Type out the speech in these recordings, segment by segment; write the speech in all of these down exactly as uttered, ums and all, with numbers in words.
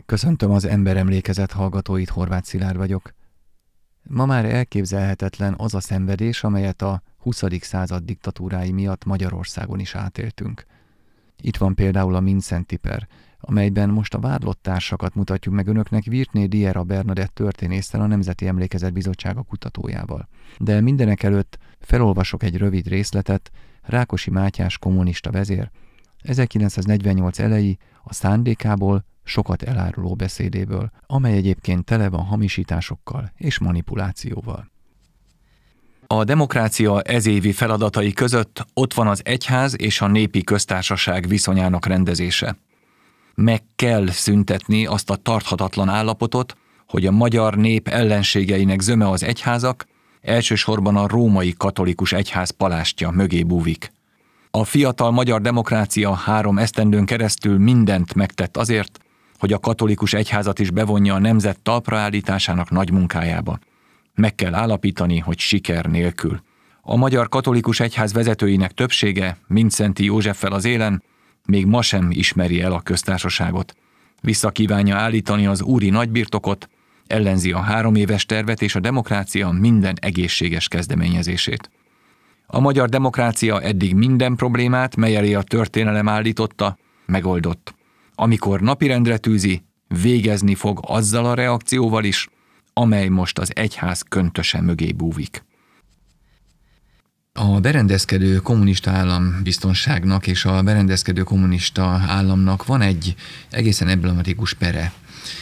Köszöntöm az Emberemlékezet hallgatóit, Horváth Szilárd vagyok. Ma már elképzelhetetlen az a szenvedés, amelyet a huszadik század diktatúrái miatt Magyarországon is átéltünk. Itt van például a Mindszenty per, amelyben most a vádlott társakat mutatjuk meg önöknek Virtné Diera Bernadett történésszel, a Nemzeti Emlékezet Bizottsága kutatójával. De mindenek előtt felolvasok egy rövid részletet Rákosi Mátyás kommunista vezér ezerkilencszáznegyvennyolc elejé a szándékából sokat eláruló beszédéből, amely egyébként tele van hamisításokkal és manipulációval. A demokrácia ezévi feladatai között ott van az egyház és a népi köztársaság viszonyának rendezése. Meg kell szüntetni azt a tarthatatlan állapotot, hogy a magyar nép ellenségeinek zöme az egyházak, elsősorban a római katolikus egyház palástja mögé búvik. A fiatal magyar demokrácia három esztendőn keresztül mindent megtett azért, hogy a katolikus egyházat is bevonja a nemzet talpraállításának nagy munkájába. Meg kell állapítani, hogy siker nélkül. A magyar katolikus egyház vezetőinek többsége, Mindszenty Józseffel az élen, még ma sem ismeri el a köztársaságot. Vissza kívánja állítani az úri nagybirtokot, ellenzi a három éves tervet és a demokrácia minden egészséges kezdeményezését. A magyar demokrácia eddig minden problémát, mely elé a történelem állította, megoldott. Amikor napirendre tűzi, végezni fog azzal a reakcióval is, amely most az egyház köntöse mögé búvik. A berendezkedő kommunista állambiztonságnak és a berendezkedő kommunista államnak van egy egészen emblematikus pere.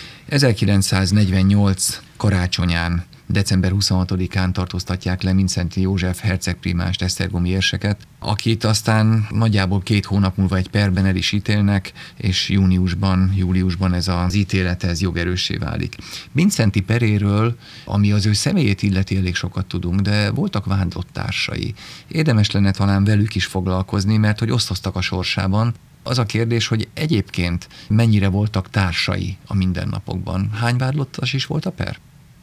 ezerkilencszáznegyvennyolc karácsonyán, december huszonhatodikán tartóztatják le Mindszenty József hercegprimást, esztergomi érseket, akit aztán nagyjából két hónap múlva egy perben el is ítélnek, és júniusban, júliusban ez az ítélet, ez jogerőssé válik. Mindszenty peréről, ami az ő személyét illeti, elég sokat tudunk, de voltak vádlott társai. Érdemes lenne talán velük is foglalkozni, mert hogy osztoztak a sorsában. Az a kérdés, hogy egyébként mennyire voltak társai a mindennapokban. Hány vádlottas is volt a per?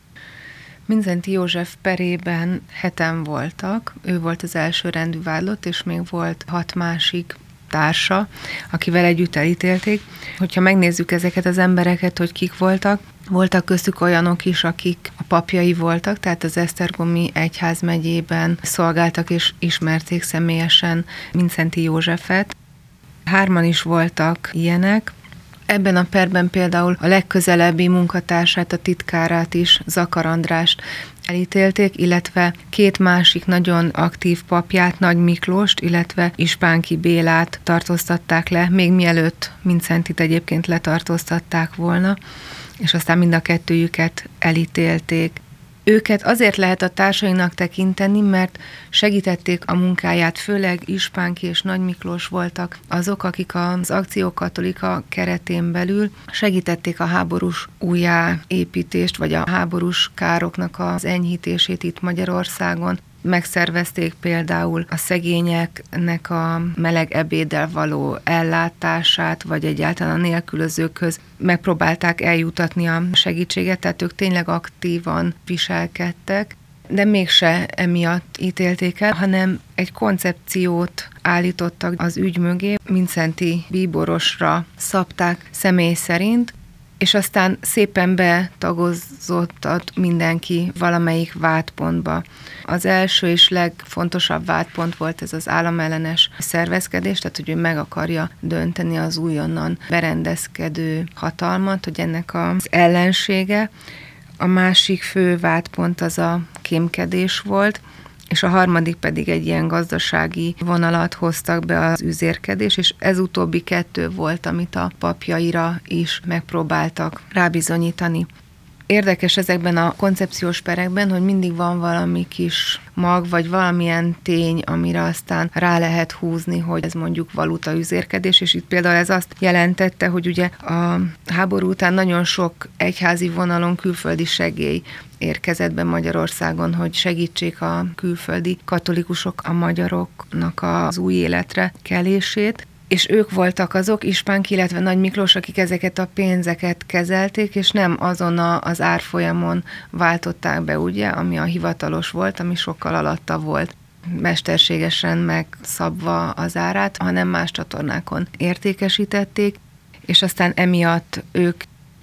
Mindszenty József perében heten voltak, ő volt az első rendű vádlott, és még volt hat másik társa, akivel együtt elítélték. Hogyha megnézzük ezeket az embereket, hogy kik voltak, voltak köztük olyanok is, akik a papjai voltak, tehát az esztergomi egyházmegyében szolgáltak és ismerték személyesen Mindszenty Józsefet. Hárman is voltak ilyenek. Ebben a perben például a legközelebbi munkatársát, a titkárát is, Zakar Andrást elítélték, illetve két másik nagyon aktív papját, Nagy Miklóst, illetve Ispánki Bélát tartóztatták le, még mielőtt Mindszentyt egyébként letartóztatták volna, és aztán mind a kettőjüket elítélték. Őket azért lehet a társainak tekinteni, mert segítették a munkáját, főleg Ispánki és Nagy Miklós voltak azok, akik az Akció Katolika keretén belül segítették a háborús újjáépítést, vagy a háborús károknak az enyhítését itt Magyarországon. Megszervezték például a szegényeknek a meleg ebéddel való ellátását, vagy egyáltalán a nélkülözőkhöz megpróbálták eljutatni a segítséget, tehát ők tényleg aktívan viselkedtek, de mégse emiatt ítélték el, hanem egy koncepciót állítottak az ügy mögé, Mindszenty bíborosra szabták személy szerint, és aztán szépen betagozott mindenki valamelyik vádpontba. Az első és legfontosabb vádpont volt ez az államellenes szervezkedés, tehát hogy ő meg akarja dönteni az újonnan berendezkedő hatalmat, hogy ennek az ellensége. A másik fő vádpont az a kémkedés volt, és a harmadik pedig egy ilyen gazdasági vonalat hoztak be, az üzérkedés, és ez utóbbi kettő volt, amit a papjaira is megpróbáltak rábizonyítani. Érdekes ezekben a koncepciós perekben, hogy mindig van valami kis mag, vagy valamilyen tény, amire aztán rá lehet húzni, hogy ez mondjuk valuta üzérkedés, és itt például ez azt jelentette, hogy ugye a háború után nagyon sok egyházi vonalon külföldi segély érkezett be Magyarországon, hogy segítsék a külföldi katolikusok a magyaroknak az új életre kelését. És ők voltak azok, Ispánki, illetve Nagy Miklós, akik ezeket a pénzeket kezelték, és nem azon a, az árfolyamon váltották be, ugye, ami a hivatalos volt, ami sokkal alatta volt, mesterségesen megszabva az árát, hanem más csatornákon értékesítették, és aztán emiatt ők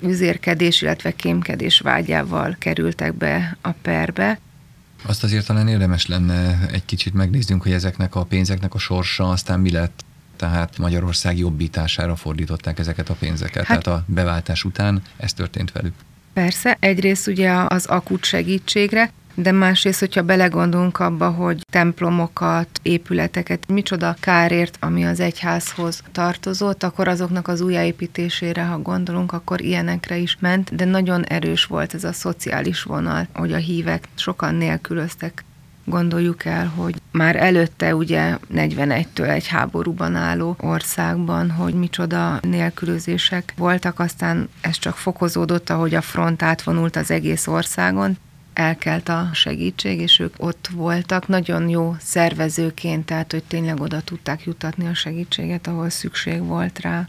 üzérkedés, illetve kémkedés vágyával kerültek be a perbe. Azt azért talán érdemes lenne egy kicsit megnéznünk, hogy ezeknek a pénzeknek a sorsa aztán mi lett. Tehát Magyarország jobbítására fordították ezeket a pénzeket. Hát, tehát a beváltás után ez történt velük. Persze, egyrészt ugye az akut segítségre, de másrészt, hogyha belegondolunk abba, hogy templomokat, épületeket, micsoda kárért, ami az egyházhoz tartozott, akkor azoknak az újjáépítésére, ha gondolunk, akkor ilyenekre is ment, de nagyon erős volt ez a szociális vonal, hogy a hívek sokan nélkülöztek. Gondoljuk el, hogy már előtte ugye negyvenegytől egy háborúban álló országban, hogy micsoda nélkülözések voltak, aztán ez csak fokozódott, ahogy a front átvonult az egész országon, elkelt a segítség, és ők ott voltak nagyon jó szervezőként, tehát hogy tényleg oda tudták juttatni a segítséget, ahol szükség volt rá.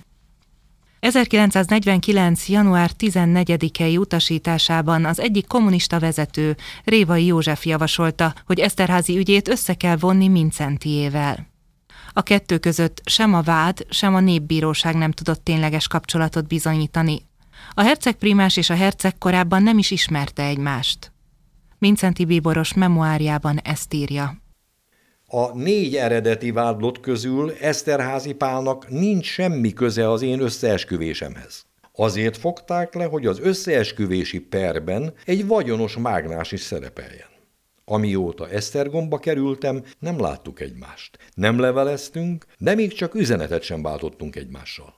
ezerkilencszáznegyvenkilenc. január tizennegyedikei utasításában az egyik kommunista vezető, Révai József javasolta, hogy Eszterházy ügyét össze kell vonni Mindszentyével. A kettő között sem a vád, sem a népbíróság nem tudott tényleges kapcsolatot bizonyítani. A hercegprímás és a herceg korábban nem is ismerte egymást. Mindszenty bíboros memoárjában ezt írja. A négy eredeti vádlott közül Eszterházy Pálnak nincs semmi köze az én összeesküvésemhez. Azért fogták le, hogy az összeesküvési perben egy vagyonos mágnás is szerepeljen. Amióta Esztergomba kerültem, nem láttuk egymást. Nem leveleztünk, de még csak üzenetet sem váltottunk egymással.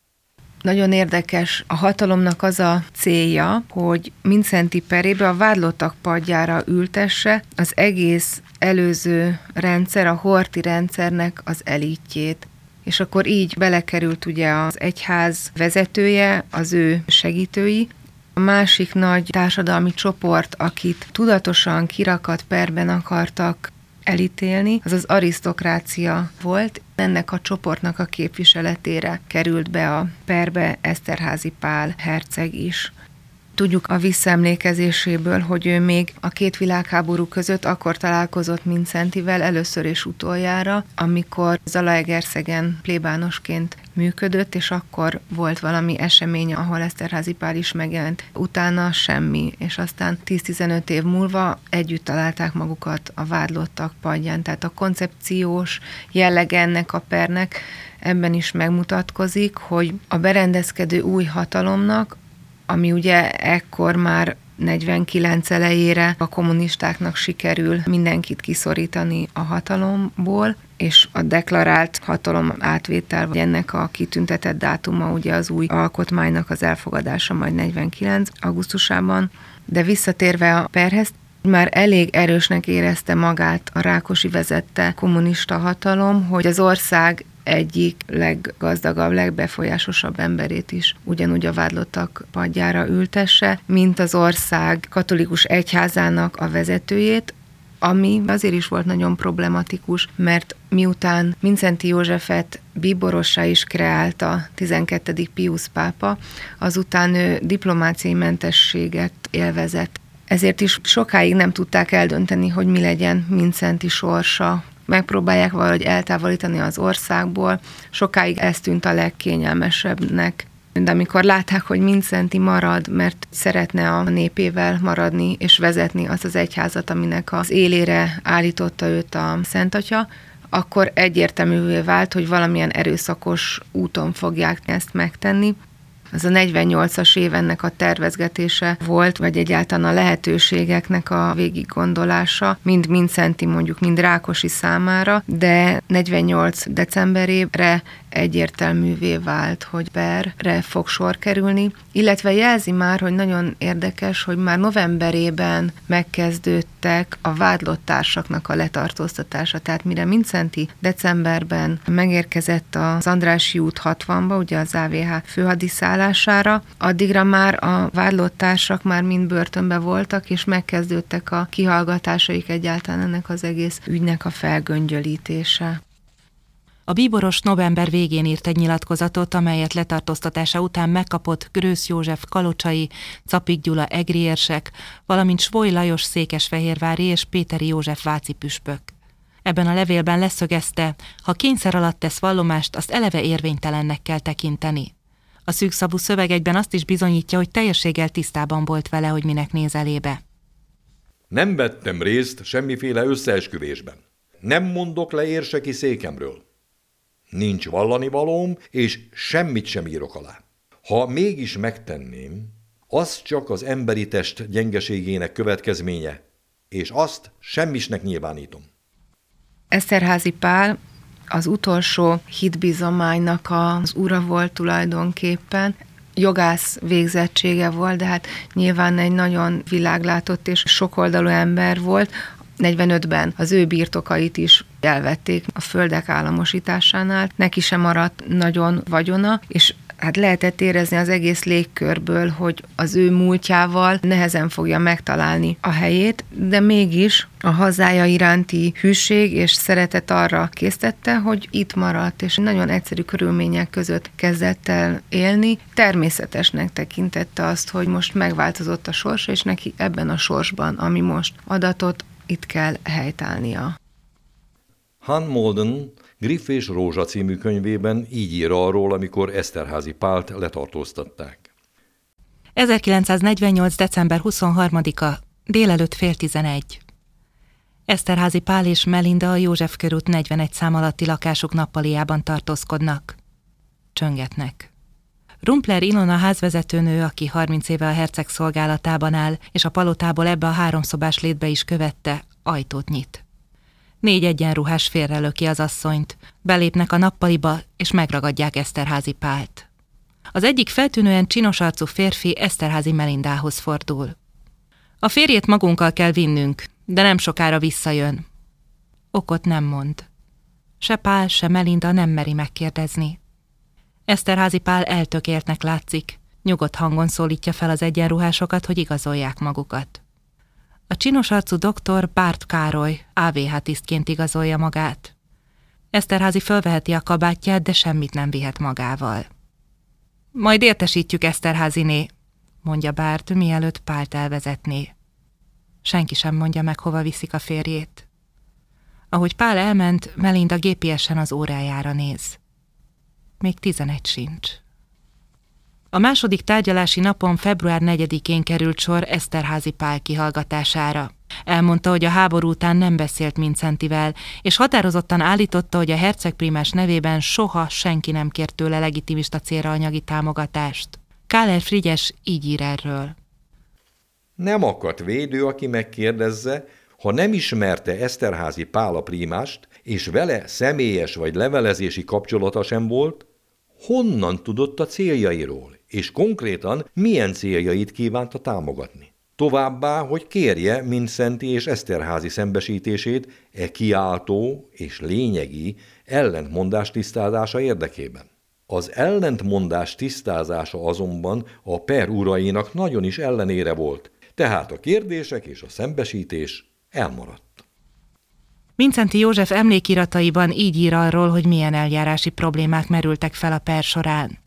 Nagyon érdekes, a hatalomnak az a célja, hogy Mindszenty perébe a vádlottak padjára ültesse az egész előző rendszer, a horthy rendszernek az elitjét. És akkor így belekerült ugye az egyház vezetője, az ő segítői. A másik nagy társadalmi csoport, akit tudatosan kirakat perben akartak elítélni, az az arisztokrácia volt. Ennek a csoportnak a képviseletére került be a perbe Eszterházy Pál herceg is. Tudjuk a visszaemlékezéséből, hogy ő még a két világháború között akkor találkozott Mindszentyvel először és utoljára, amikor Zalaegerszegen plébánosként működött, és akkor volt valami esemény, ahol Eszterházy Pál is megjelent. Utána semmi, és aztán tíz-tizenöt év múlva együtt találták magukat a vádlottak padján. Tehát a koncepciós jellege ennek a pernek ebben is megmutatkozik, hogy a berendezkedő új hatalomnak, ami ugye ekkor már negyvenkilenc elejére a kommunistáknak sikerül mindenkit kiszorítani a hatalomból, és a deklarált hatalom átvétel, vagy ennek a kitüntetett dátuma ugye az új alkotmánynak az elfogadása majd negyvenkilenc augusztusában. De visszatérve a perhez, már elég erősnek érezte magát a Rákosi vezette kommunista hatalom, hogy az ország egyik leggazdagabb, legbefolyásosabb emberét is ugyanúgy a vádlottak padjára ültesse, mint az ország katolikus egyházának a vezetőjét, ami azért is volt nagyon problematikus, mert miután Mindszenty Józsefet bíborossá is kreálta tizenkettedik Piusz pápa, azután ő diplomáciai mentességet élvezett. Ezért is sokáig nem tudták eldönteni, hogy mi legyen Mindszenty sorsa. Megpróbálják valahogy eltávolítani az országból. Sokáig ez tűnt a legkényelmesebbnek. De amikor látták, hogy Mindszenty marad, mert szeretne a népével maradni és vezetni azt az egyházat, aminek az élére állította őt a Szent Atya, akkor egyértelművé vált, hogy valamilyen erőszakos úton fogják ezt megtenni. Ez a negyvennyolcas év ennek a tervezgetése volt, vagy egyáltalán a lehetőségeknek a végiggondolása, mind Mindszenty mondjuk, mind Rákosi számára, de negyvennyolc decemberére egyértelművé vált, hogy perre fog sor kerülni, illetve jelzi már, hogy nagyon érdekes, hogy már novemberében megkezdődtek a vádlott társaknak a letartóztatása, tehát mire Mindszenty decemberben megérkezett az Andrássy út hatvanba, ugye az á vé há főhadiszállására, addigra már a vádlott társak már mind börtönbe voltak, és megkezdődtek a kihallgatásaik, egyáltalán ennek az egész ügynek a felgöngyölítése. A bíboros november végén írt egy nyilatkozatot, amelyet letartóztatása után megkapott Grősz József kalocsai, Capik Gyula egri érsek, valamint Svoly Lajos székesfehérvári és Péteri József váci püspök. Ebben a levélben leszögezte, ha kényszer alatt tesz vallomást, azt eleve érvénytelennek kell tekinteni. A szűkszavú szöveg egyben azt is bizonyítja, hogy teljességgel tisztában volt vele, hogy minek néz elébe. Nem vettem részt semmiféle összeesküvésben. Nem mondok le érseki székemről. Nincs vallani valóm, és semmit sem írok alá. Ha mégis megtenném, az csak az emberi test gyengeségének következménye, és azt semmisnek nyilvánítom. Eszterházy Pál az utolsó hitbizománynak az ura volt tulajdonképpen. Jogász végzettsége volt, de hát nyilván egy nagyon világlátott és sokoldalú ember volt. negyvenötben az ő birtokait is elvették a földek államosításánál. Neki sem maradt nagyon vagyona, és hát lehetett érezni az egész légkörből, hogy az ő múltjával nehezen fogja megtalálni a helyét, de mégis a hazája iránti hűség és szeretet arra késztette, hogy itt maradt, és nagyon egyszerű körülmények között kezdett el élni. Természetesnek tekintette azt, hogy most megváltozott a sorsa, és neki ebben a sorsban, ami most adatot, itt kell helytállnia. Han Molden Griff és Rózsa című könyvében így ír arról, amikor Eszterházy Pált letartóztatták. ezerkilencszáznegyvennyolc. december huszonharmadika, délelőtt fél tizenegy. Eszterházy Pál és Melinda a József körút negyvenegy szám alatti lakásuk nappaliában tartózkodnak. Csöngetnek. Rumpler Ilona házvezetőnő, aki harminc éve a herceg szolgálatában áll, és a palotából ebbe a háromszobás létbe is követte, ajtót nyit. Négy egyenruhás félrelöki az asszonyt, belépnek a nappaliba, és megragadják Eszterházy Pált. Az egyik feltűnően csinos arcú férfi Eszterházy Melindához fordul. A férjét magunkkal kell vinnünk, de nem sokára visszajön. Okot nem mond. Se Pál, se Melinda nem meri megkérdezni. Eszterházy Pál eltökéltnek látszik, nyugodt hangon szólítja fel az egyenruhásokat, hogy igazolják magukat. A csinos arcú doktor Bárt Károly á vé há tisztként igazolja magát. Eszterházy fölveheti a kabátját, de semmit nem vihet magával. Majd értesítjük Eszterházyné, mondja Bárt, mielőtt Pált elvezetné. Senki sem mondja meg, hova viszik a férjét. Ahogy Pál elment, Melinda gé pé es-en az órájára néz. Még tizenegy sincs. A második tárgyalási napon február negyedikén került sor Eszterházy Pál kihallgatására. Elmondta, hogy a háború után nem beszélt Mindszentyvel, és határozottan állította, hogy a hercegprímás nevében soha senki nem kért tőle legitimista célra anyagi támogatást. Káler Frigyes így ír erről. Nem akadt védő, aki megkérdezze, ha nem ismerte Eszterházy Pál a prímást, és vele személyes vagy levelezési kapcsolata sem volt, honnan tudott a céljairól, és konkrétan milyen céljait kívánta támogatni. Továbbá, hogy kérje Mindszenty és Eszterházy szembesítését e kiáltó és lényegi ellentmondás tisztázása érdekében. Az ellentmondás tisztázása azonban a per urainak nagyon is ellenére volt, tehát a kérdések és a szembesítés elmaradt. Mindszenty József emlékirataiban így ír arról, hogy milyen eljárási problémák merültek fel a per során.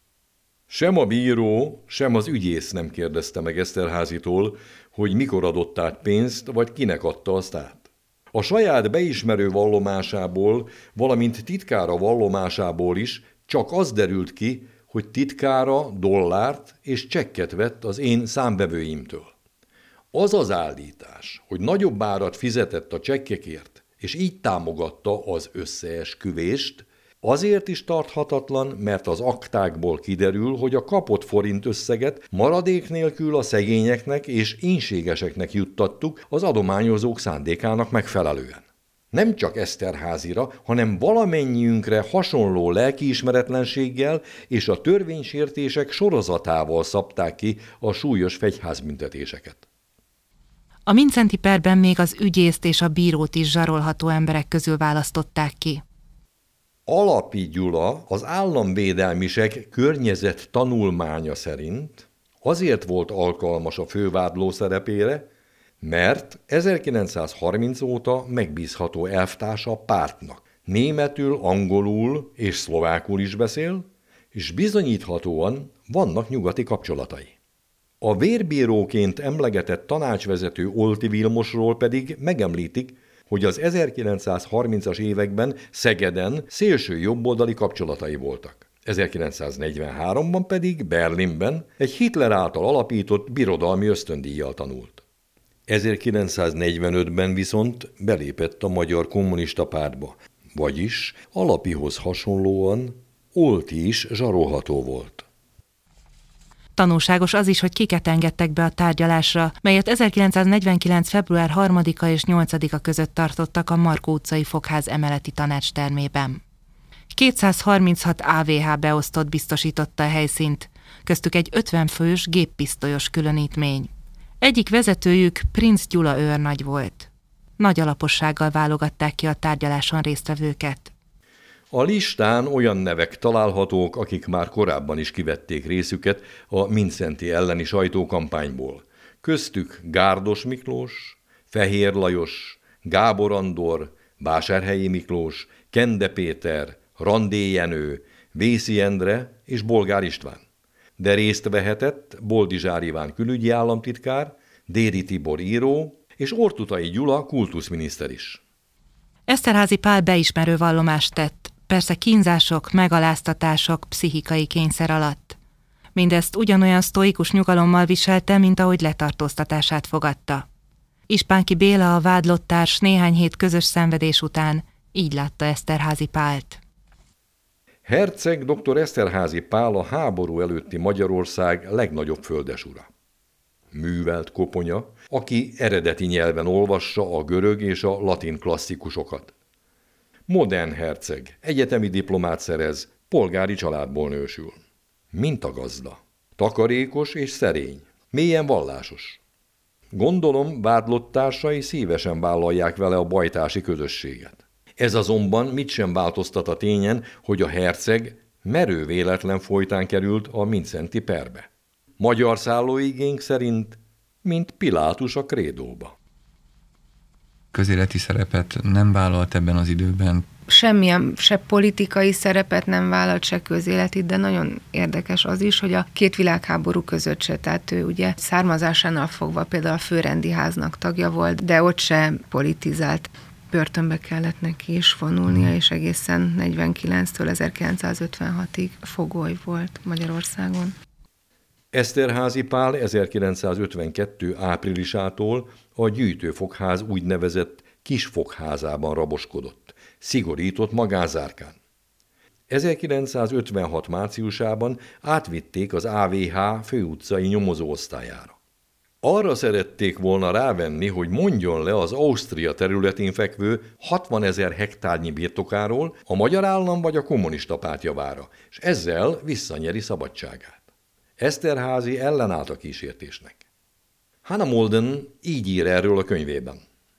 Sem a bíró, sem az ügyész nem kérdezte meg Eszterházytól, hogy mikor adott át pénzt, vagy kinek adta azt át. A saját beismerő vallomásából, valamint titkára vallomásából is csak az derült ki, hogy titkára dollárt és csekket vett az én számvevőimtől. Az az állítás, hogy nagyobb árat fizetett a csekkekért, és így támogatta az összeesküvést, azért is tarthatatlan, mert az aktákból kiderül, hogy a kapott forint összeget maradék nélkül a szegényeknek és ínségeseknek juttattuk az adományozók szándékának megfelelően. Nem csak Eszterházyra, hanem valamennyiünkre hasonló lelkiismeretlenséggel és a törvénysértések sorozatával szabták ki a súlyos fegyházbüntetéseket. A Mindszenty perben még az ügyészt és a bírót is zsarolható emberek közül választották ki. Alapi Gyula az államvédelmisek környezet tanulmánya szerint azért volt alkalmas a fővádló szerepére, mert ezerkilencszázharminc óta megbízható elvtársa a pártnak. Németül, angolul és szlovákul is beszél, és bizonyíthatóan vannak nyugati kapcsolatai. A vérbíróként emlegetett tanácsvezető Olti Vilmosról pedig megemlítik, hogy az ezerkilencszázharmincas években Szegeden szélső jobboldali kapcsolatai voltak. ezerkilencszáznegyvenháromban pedig Berlinben egy Hitler által alapított birodalmi ösztöndíjjal tanult. ezerkilencszáznegyvenötben viszont belépett a Magyar Kommunista Pártba, vagyis Alapihoz hasonlóan Olti is zsarolható volt. Tanulságos az is, hogy kiket engedtek be a tárgyalásra, melyet ezerkilencszáznegyvenkilenc. február harmadika és nyolcadika között tartottak a Markó utcai fogház emeleti tanácstermében. kétszázharminchat á vé há beosztott biztosította a helyszínt, köztük egy ötven fős géppisztolyos különítmény. Egyik vezetőjük Prinz Gyula őrnagy volt. Nagy alapossággal válogatták ki a tárgyaláson résztvevőket. A listán olyan nevek találhatók, akik már korábban is kivették részüket a Mindszenty elleni sajtókampányból. Köztük Gárdos Miklós, Fehér Lajos, Gábor Andor, Vásárhelyi Miklós, Kende Péter, Randé Jenő, Vészi Endre és Bolgár István. De részt vehetett Boldizsár Iván külügyi államtitkár, Déri Tibor író és Ortutai Gyula kultuszminiszter is. Eszterházy Pál beismerő vallomást tett, persze kínzások, megaláztatások, pszichikai kényszer alatt. Mindezt ugyanolyan sztoikus nyugalommal viselte, mint ahogy letartóztatását fogadta. Ispánki Béla, a vádlott társ néhány hét közös szenvedés után így látta Eszterházy Pált. Herceg dr. Eszterházy Pál a háború előtti Magyarország legnagyobb földesura. Művelt koponya, aki eredeti nyelven olvassa a görög és a latin klasszikusokat. Modern herceg, egyetemi diplomát szerez, polgári családból nősül. Mintagazda, takarékos és szerény, mélyen vallásos. Gondolom, vádlott társai szívesen vállalják vele a bajtási közösséget. Ez azonban mit sem változtat a tényen, hogy a herceg merő véletlen folytán került a Mindszenty perbe. Magyar szállóigénk szerint, mint Pilátus a krédóba. Közéleti szerepet nem vállalt ebben az időben. Semmilyen, se politikai szerepet nem vállalt, se közéleti, de nagyon érdekes az is, hogy a két világháború között se, tehát ő ugye származásánál fogva például a főrendi háznak tagja volt, de ott se politizált. Börtönbe kellett neki is vonulnia, és egészen negyvenkilenctől ezerkilencszázötvenhatig fogoly volt Magyarországon. Eszterházy Pál ezerkilencszázötvenkettő áprilisától a gyűjtőfogház úgynevezett kisfogházában raboskodott, szigorított magánzárkán. ezerkilencszázötvenhat márciusában átvitték az á vé há főutcai nyomozóosztályára. Arra szerették volna rávenni, hogy mondjon le az Ausztria területén fekvő hatvanezer hektárnyi birtokáról a magyar állam vagy a kommunista párt javára, és ezzel visszanyeri szabadságát. Eszterházy ellenállt a kísértésnek. Hannah Molden így ír erről a könyvében.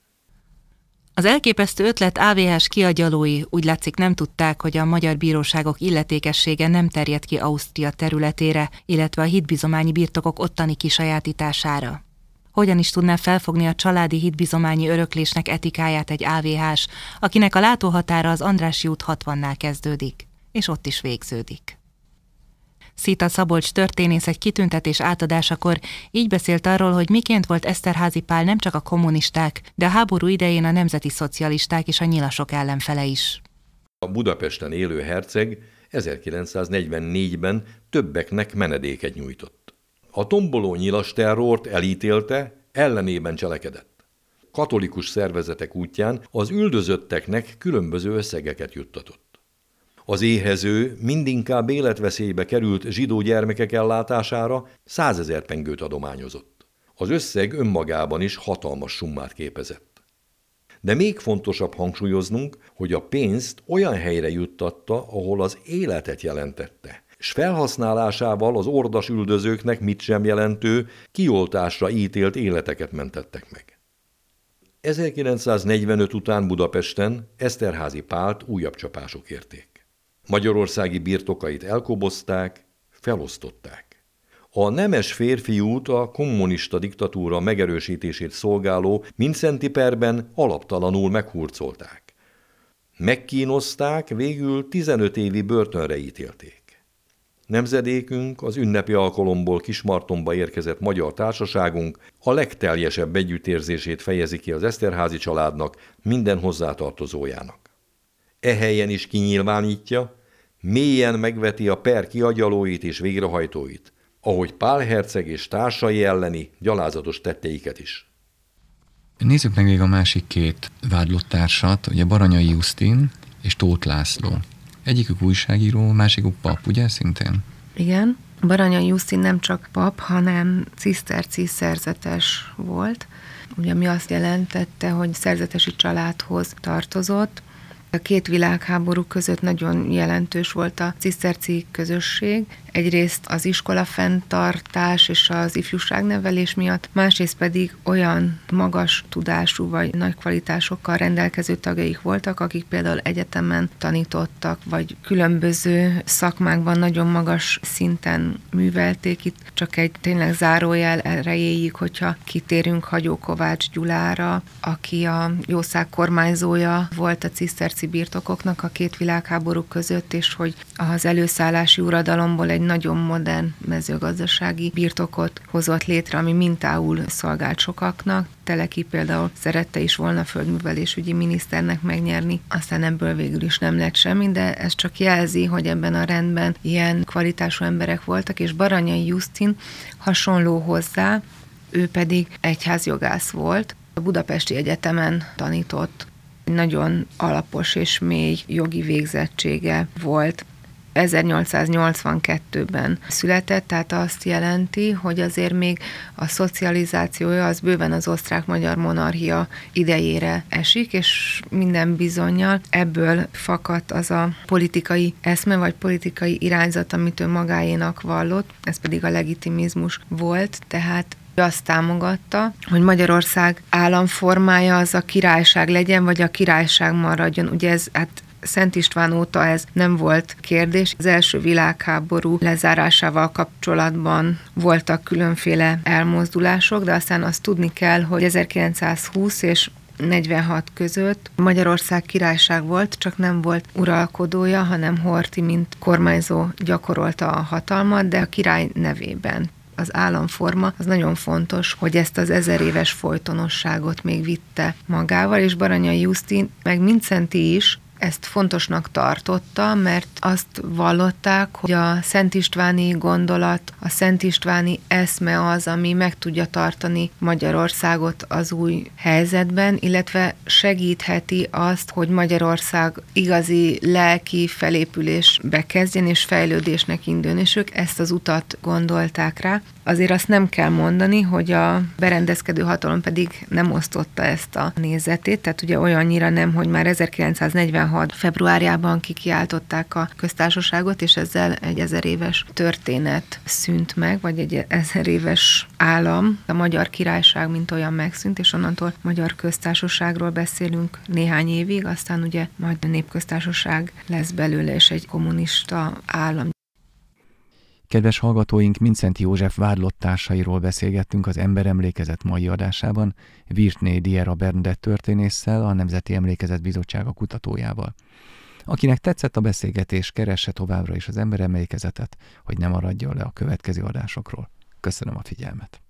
Az elképesztő ötlet á vé hás kiagyalói úgy látszik nem tudták, hogy a magyar bíróságok illetékessége nem terjed ki Ausztria területére, illetve a hitbizományi birtokok ottani kisajátítására. Hogyan is tudná felfogni a családi hitbizományi öröklésnek etikáját egy á vé hás, akinek a látóhatára az Andrássy út hatvannál kezdődik, és ott is végződik. Szita Szabolcs történész egy kitüntetés átadásakor így beszélt arról, hogy miként volt Eszterházy Pál nem csak a kommunisták, de a háború idején a nemzeti szocialisták és a nyilasok ellenfele is. A Budapesten élő herceg ezerkilencszáznegyvennégyben többeknek menedéket nyújtott. A tomboló nyilas terrort elítélte, ellenében cselekedett. Katolikus szervezetek útján az üldözötteknek különböző összegeket juttatott. Az éhező, mindinkább életveszélybe került zsidó gyermekek ellátására százezer pengőt adományozott. Az összeg önmagában is hatalmas summát képezett. De még fontosabb hangsúlyoznunk, hogy a pénzt olyan helyre juttatta, ahol az életet jelentette, és felhasználásával az ordas üldözőknek mit sem jelentő, kioltásra ítélt életeket mentettek meg. ezerkilencszáznegyvenöt után Budapesten Eszterházy Pált újabb csapások érték. Magyarországi birtokait elkobozták, felosztották. A nemes férfiút a kommunista diktatúra megerősítését szolgáló Mindszenty perben alaptalanul meghurcolták. Megkínozták, végül tizenöt évi börtönre ítélték. Nemzedékünk, az ünnepi alkalomból Kismartonba érkezett magyar társaságunk a legteljesebb együttérzését fejezi ki az Eszterházy családnak, minden hozzátartozójának. E helyen is kinyilvánítja, mélyen megveti a per kiagyalóit és végrehajtóit, ahogy Pál herceg és társai elleni gyalázatos tetteiket is. Nézzük meg még a másik két vádlott társat, ugye Baranyai Jusztin és Tóth László. Egyikük újságíró, másikuk pap, ugye szintén? Igen. Baranyai Jusztin nem csak pap, hanem ciszterci szerzetes volt. Ugye ami azt jelentette, hogy szerzetesi családhoz tartozott. A két világháború között nagyon jelentős volt a ciszterci közösség. Egyrészt az iskola fenntartás és az ifjúságnevelés miatt, másrészt pedig olyan magas tudású vagy nagy kvalitásokkal rendelkező tagjaik voltak, akik például egyetemen tanítottak, vagy különböző szakmákban nagyon magas szinten művelték. Itt csak egy tényleg zárójel erejéig, hogyha kitérünk Hagyó Kovács Gyulára, aki a jószág kormányzója volt a ciszterci birtokoknak a két világháború között, és hogy az előszállási uradalomból egy nagyon modern mezőgazdasági birtokot hozott létre, ami mintául szolgált sokaknak. Teleki például szerette is volna földművelésügyi miniszternek megnyerni, aztán ebből végül is nem lett semmi, de ez csak jelzi, hogy ebben a rendben ilyen kvalitású emberek voltak, és Baranyai Jusztin hasonló hozzá, ő pedig egyházjogász volt, a Budapesti Egyetemen tanított, nagyon alapos és mély jogi végzettsége volt. ezernyolcszáznyolcvankettőben született, tehát azt jelenti, hogy azért még a szocializációja az bőven az osztrák-magyar monarchia idejére esik, és minden bizonnyal ebből fakadt az a politikai eszme, vagy politikai irányzat, amit ő magáénak vallott, ez pedig a legitimizmus volt, tehát azt támogatta, hogy Magyarország államformája az a királyság legyen, vagy a királyság maradjon. Ugye ez hát Szent István óta ez nem volt kérdés. Az első világháború lezárásával kapcsolatban voltak különféle elmozdulások, de aztán azt tudni kell, hogy ezerkilencszázhúsz és negyvenhat között Magyarország királyság volt, csak nem volt uralkodója, hanem Horthy, mint kormányzó gyakorolta a hatalmat, de a király nevében. Az államforma az nagyon fontos, hogy ezt az ezer éves folytonosságot még vitte magával, és Baranyai Jusztin, meg Mindszenty is ezt fontosnak tartotta, mert azt vallották, hogy a Szent Istváni gondolat, a Szent Istváni eszme az, ami meg tudja tartani Magyarországot az új helyzetben, illetve segítheti azt, hogy Magyarország igazi lelki felépülésbe kezdjen és fejlődésnek induljon, és ők ezt az utat gondolták rá. Azért azt nem kell mondani, hogy a berendezkedő hatalom pedig nem osztotta ezt a nézetét, tehát ugye olyannyira nem, hogy már ezerkilencszáznegyvenhat februárjában kikiáltották a köztársaságot, és ezzel egy ezer éves történet szűnt meg, vagy egy ezer éves állam, a Magyar Királyság mint olyan megszűnt, és onnantól Magyar Köztársaságról beszélünk néhány évig, aztán ugye majd a Népköztársaság lesz belőle, és egy kommunista állam. Kedves hallgatóink, Mindszenty József vádlott társairól beszélgettünk az Emberemlékezet mai adásában, Virtné Diera Bernadett történésszel, a Nemzeti Emlékezet Bizottsága kutatójával. Akinek tetszett a beszélgetés, keresse továbbra is az Emberemlékezetet, hogy ne maradjon le a következő adásokról. Köszönöm a figyelmet!